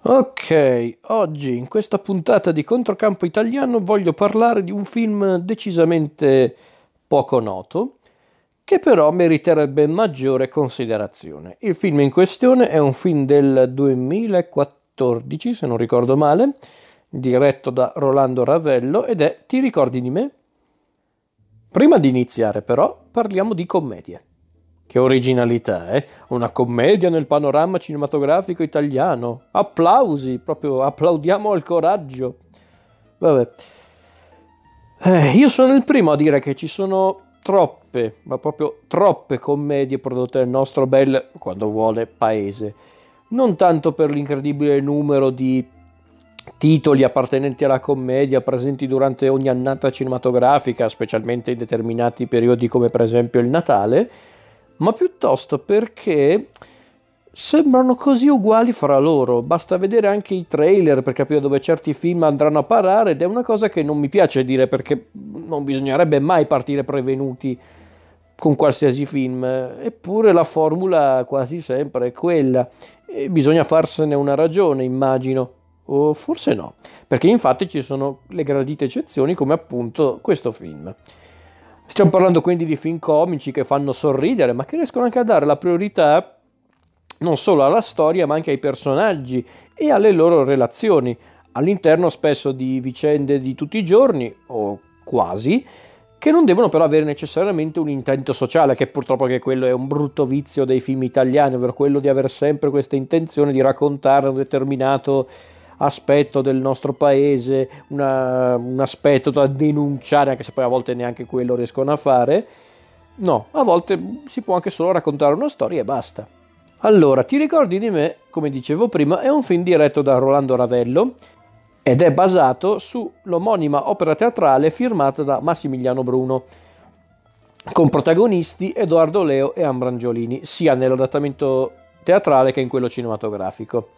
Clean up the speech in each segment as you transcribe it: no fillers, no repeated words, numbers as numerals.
Ok, oggi in questa puntata di Controcampo Italiano voglio parlare di un film decisamente poco noto, che però meriterebbe maggiore considerazione. Il film in questione è un film del 2014, se non ricordo male, diretto da Rolando Ravello ed è Ti ricordi di me? Prima di iniziare però parliamo di commedie. Che originalità, eh? Una commedia nel panorama cinematografico italiano. Applausi, proprio applaudiamo al coraggio. Vabbè. Io sono il primo a dire che ci sono troppe, ma proprio troppe commedie prodotte nel nostro bel, quando vuole, paese. Non tanto per l'incredibile numero di titoli appartenenti alla commedia presenti durante ogni annata cinematografica, specialmente in determinati periodi come per esempio il Natale, ma piuttosto perché sembrano così uguali fra loro. Basta vedere anche i trailer per capire dove certi film andranno a parare ed è una cosa che non mi piace dire perché non bisognerebbe mai partire prevenuti con qualsiasi film, eppure la formula quasi sempre è quella e bisogna farsene una ragione, immagino. O forse no, perché infatti ci sono le gradite eccezioni come appunto questo film. Stiamo parlando quindi di film comici che fanno sorridere, ma che riescono anche a dare la priorità non solo alla storia, ma anche ai personaggi e alle loro relazioni, all'interno spesso di vicende di tutti i giorni, o quasi, che non devono però avere necessariamente un intento sociale, che purtroppo che quello è un brutto vizio dei film italiani, ovvero quello di avere sempre questa intenzione di raccontare un determinato aspetto del nostro paese, un aspetto da denunciare, anche se poi a volte neanche quello riescono a fare. No, a volte si può anche solo raccontare una storia e basta. Allora, Ti ricordi di me, come dicevo prima, è un film diretto da Rolando Ravello ed è basato sull'omonima opera teatrale firmata da Massimiliano Bruno, con protagonisti Edoardo Leo e Ambrangiolini, sia nell'adattamento teatrale che in quello cinematografico.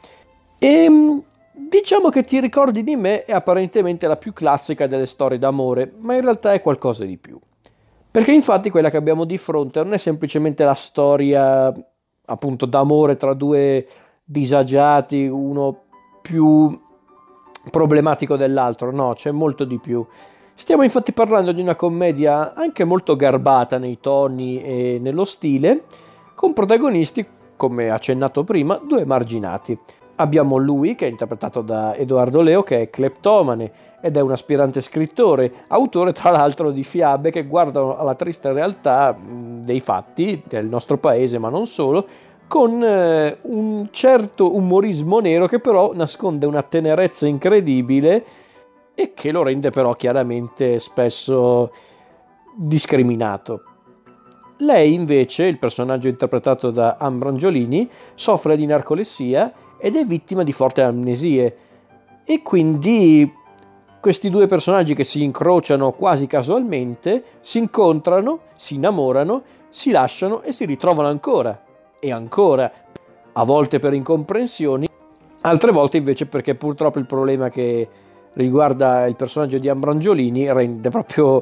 Diciamo che Ti ricordi di me è apparentemente la più classica delle storie d'amore, ma in realtà è qualcosa di più. Perché infatti quella che abbiamo di fronte non è semplicemente la storia, appunto, d'amore tra due disagiati, uno più problematico dell'altro, no, c'è molto di più. Stiamo infatti parlando di una commedia anche molto garbata nei toni e nello stile, con protagonisti, come accennato prima, due emarginati. Abbiamo lui, che è interpretato da Edoardo Leo, che è cleptomane ed è un aspirante scrittore, autore tra l'altro di fiabe che guardano alla triste realtà dei fatti del nostro paese, ma non solo, con un certo umorismo nero che però nasconde una tenerezza incredibile e che lo rende però chiaramente spesso discriminato. Lei invece, il personaggio interpretato da Ambrangiolini, soffre di narcolessia ed è vittima di forti amnesie e quindi questi due personaggi che si incrociano quasi casualmente si incontrano, si innamorano, si lasciano e si ritrovano ancora e ancora, a volte per incomprensioni, altre volte invece perché purtroppo il problema che riguarda il personaggio di Ambrangiolini rende proprio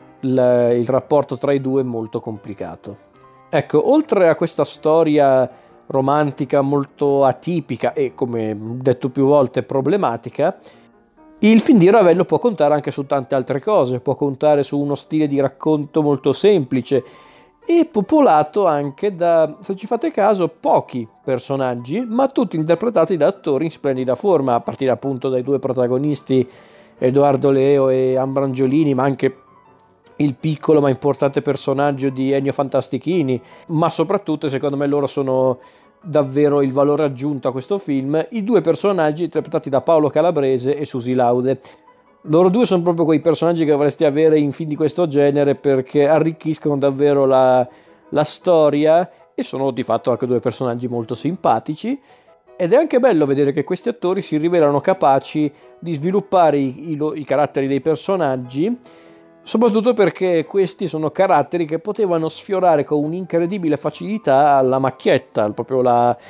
il rapporto tra i due molto complicato. Ecco, oltre a questa storia romantica molto atipica e, come detto più volte, problematica, il film di Ravello può contare anche su tante altre cose, può contare su uno stile di racconto molto semplice e popolato anche da, se ci fate caso, pochi personaggi, ma tutti interpretati da attori in splendida forma, a partire appunto dai due protagonisti Edoardo Leo e Ambrangiolini, ma anche il piccolo ma importante personaggio di Ennio Fantastichini, ma soprattutto secondo me loro sono davvero il valore aggiunto a questo film, i due personaggi interpretati da Paolo Calabrese e Susi Laude. Loro due sono proprio quei personaggi che dovresti avere in film di questo genere perché arricchiscono davvero la storia e sono di fatto anche due personaggi molto simpatici. Ed è anche bello vedere che questi attori si rivelano capaci di sviluppare i caratteri dei personaggi, soprattutto perché questi sono caratteri che potevano sfiorare con un'incredibile facilità la macchietta, proprio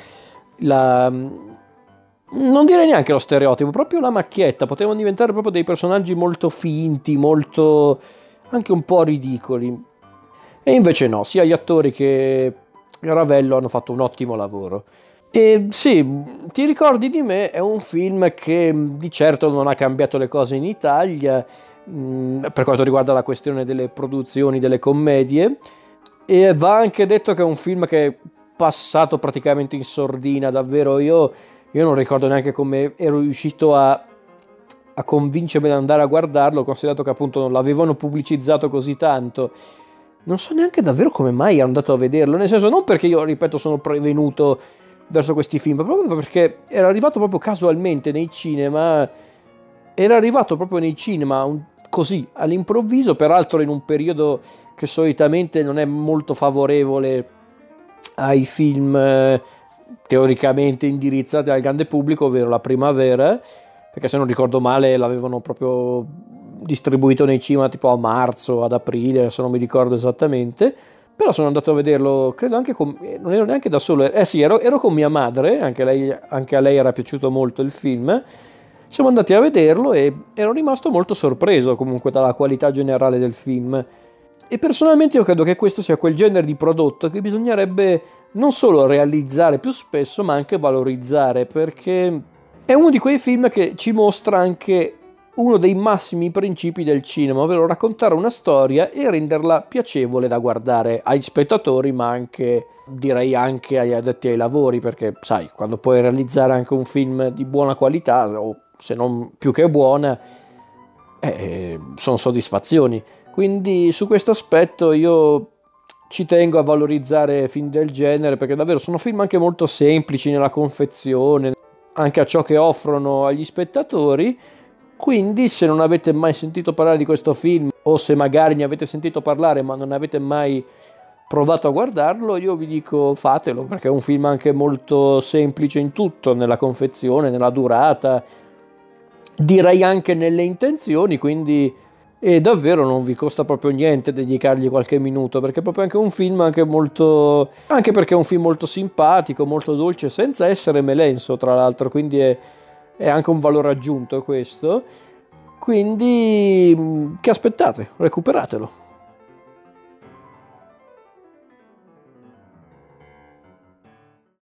non direi neanche lo stereotipo, proprio la macchietta, potevano diventare proprio dei personaggi molto finti, molto anche un po' ridicoli. E invece no, sia gli attori che Ravello hanno fatto un ottimo lavoro. E sì, Ti ricordi di me è un film che di certo non ha cambiato le cose in Italia, per quanto riguarda la questione delle produzioni, delle commedie, e va anche detto che è un film che è passato praticamente in sordina, davvero io non ricordo neanche come ero riuscito a convincermi ad andare a guardarlo, considerato che appunto non l'avevano pubblicizzato così tanto. Non so neanche davvero come mai ero andato a vederlo, nel senso non perché io, ripeto, sono prevenuto verso questi film, ma proprio perché era arrivato proprio casualmente nei cinema, era arrivato proprio nei cinema così, all'improvviso, peraltro in un periodo che solitamente non è molto favorevole ai film teoricamente indirizzati al grande pubblico, ovvero la primavera, perché se non ricordo male l'avevano proprio distribuito nei cinema tipo a marzo, ad aprile, se non mi ricordo esattamente. Però sono andato a vederlo, credo anche con... non ero neanche da solo, sì, ero con mia madre, anche a lei era piaciuto molto il film. Siamo andati a vederlo e ero rimasto molto sorpreso comunque dalla qualità generale del film. E personalmente io credo che questo sia quel genere di prodotto che bisognerebbe non solo realizzare più spesso, ma anche valorizzare, perché è uno di quei film che ci mostra anche uno dei massimi principi del cinema, ovvero raccontare una storia e renderla piacevole da guardare agli spettatori, ma anche, direi, anche agli addetti ai lavori, perché sai, quando puoi realizzare anche un film di buona qualità, o se non più che buona, sono soddisfazioni. Quindi su questo aspetto io ci tengo a valorizzare film del genere, perché davvero sono film anche molto semplici nella confezione, anche a ciò che offrono agli spettatori. Quindi se non avete mai sentito parlare di questo film, o se magari ne avete sentito parlare ma non avete mai provato a guardarlo, io vi dico fatelo, perché è un film anche molto semplice in tutto, nella confezione, nella durata, direi anche nelle intenzioni, quindi e davvero non vi costa proprio niente dedicargli qualche minuto, perché è proprio anche un film anche molto, anche perché è un film molto simpatico, molto dolce, senza essere melenso tra l'altro, quindi è anche un valore aggiunto questo. Quindi che aspettate? Recuperatelo.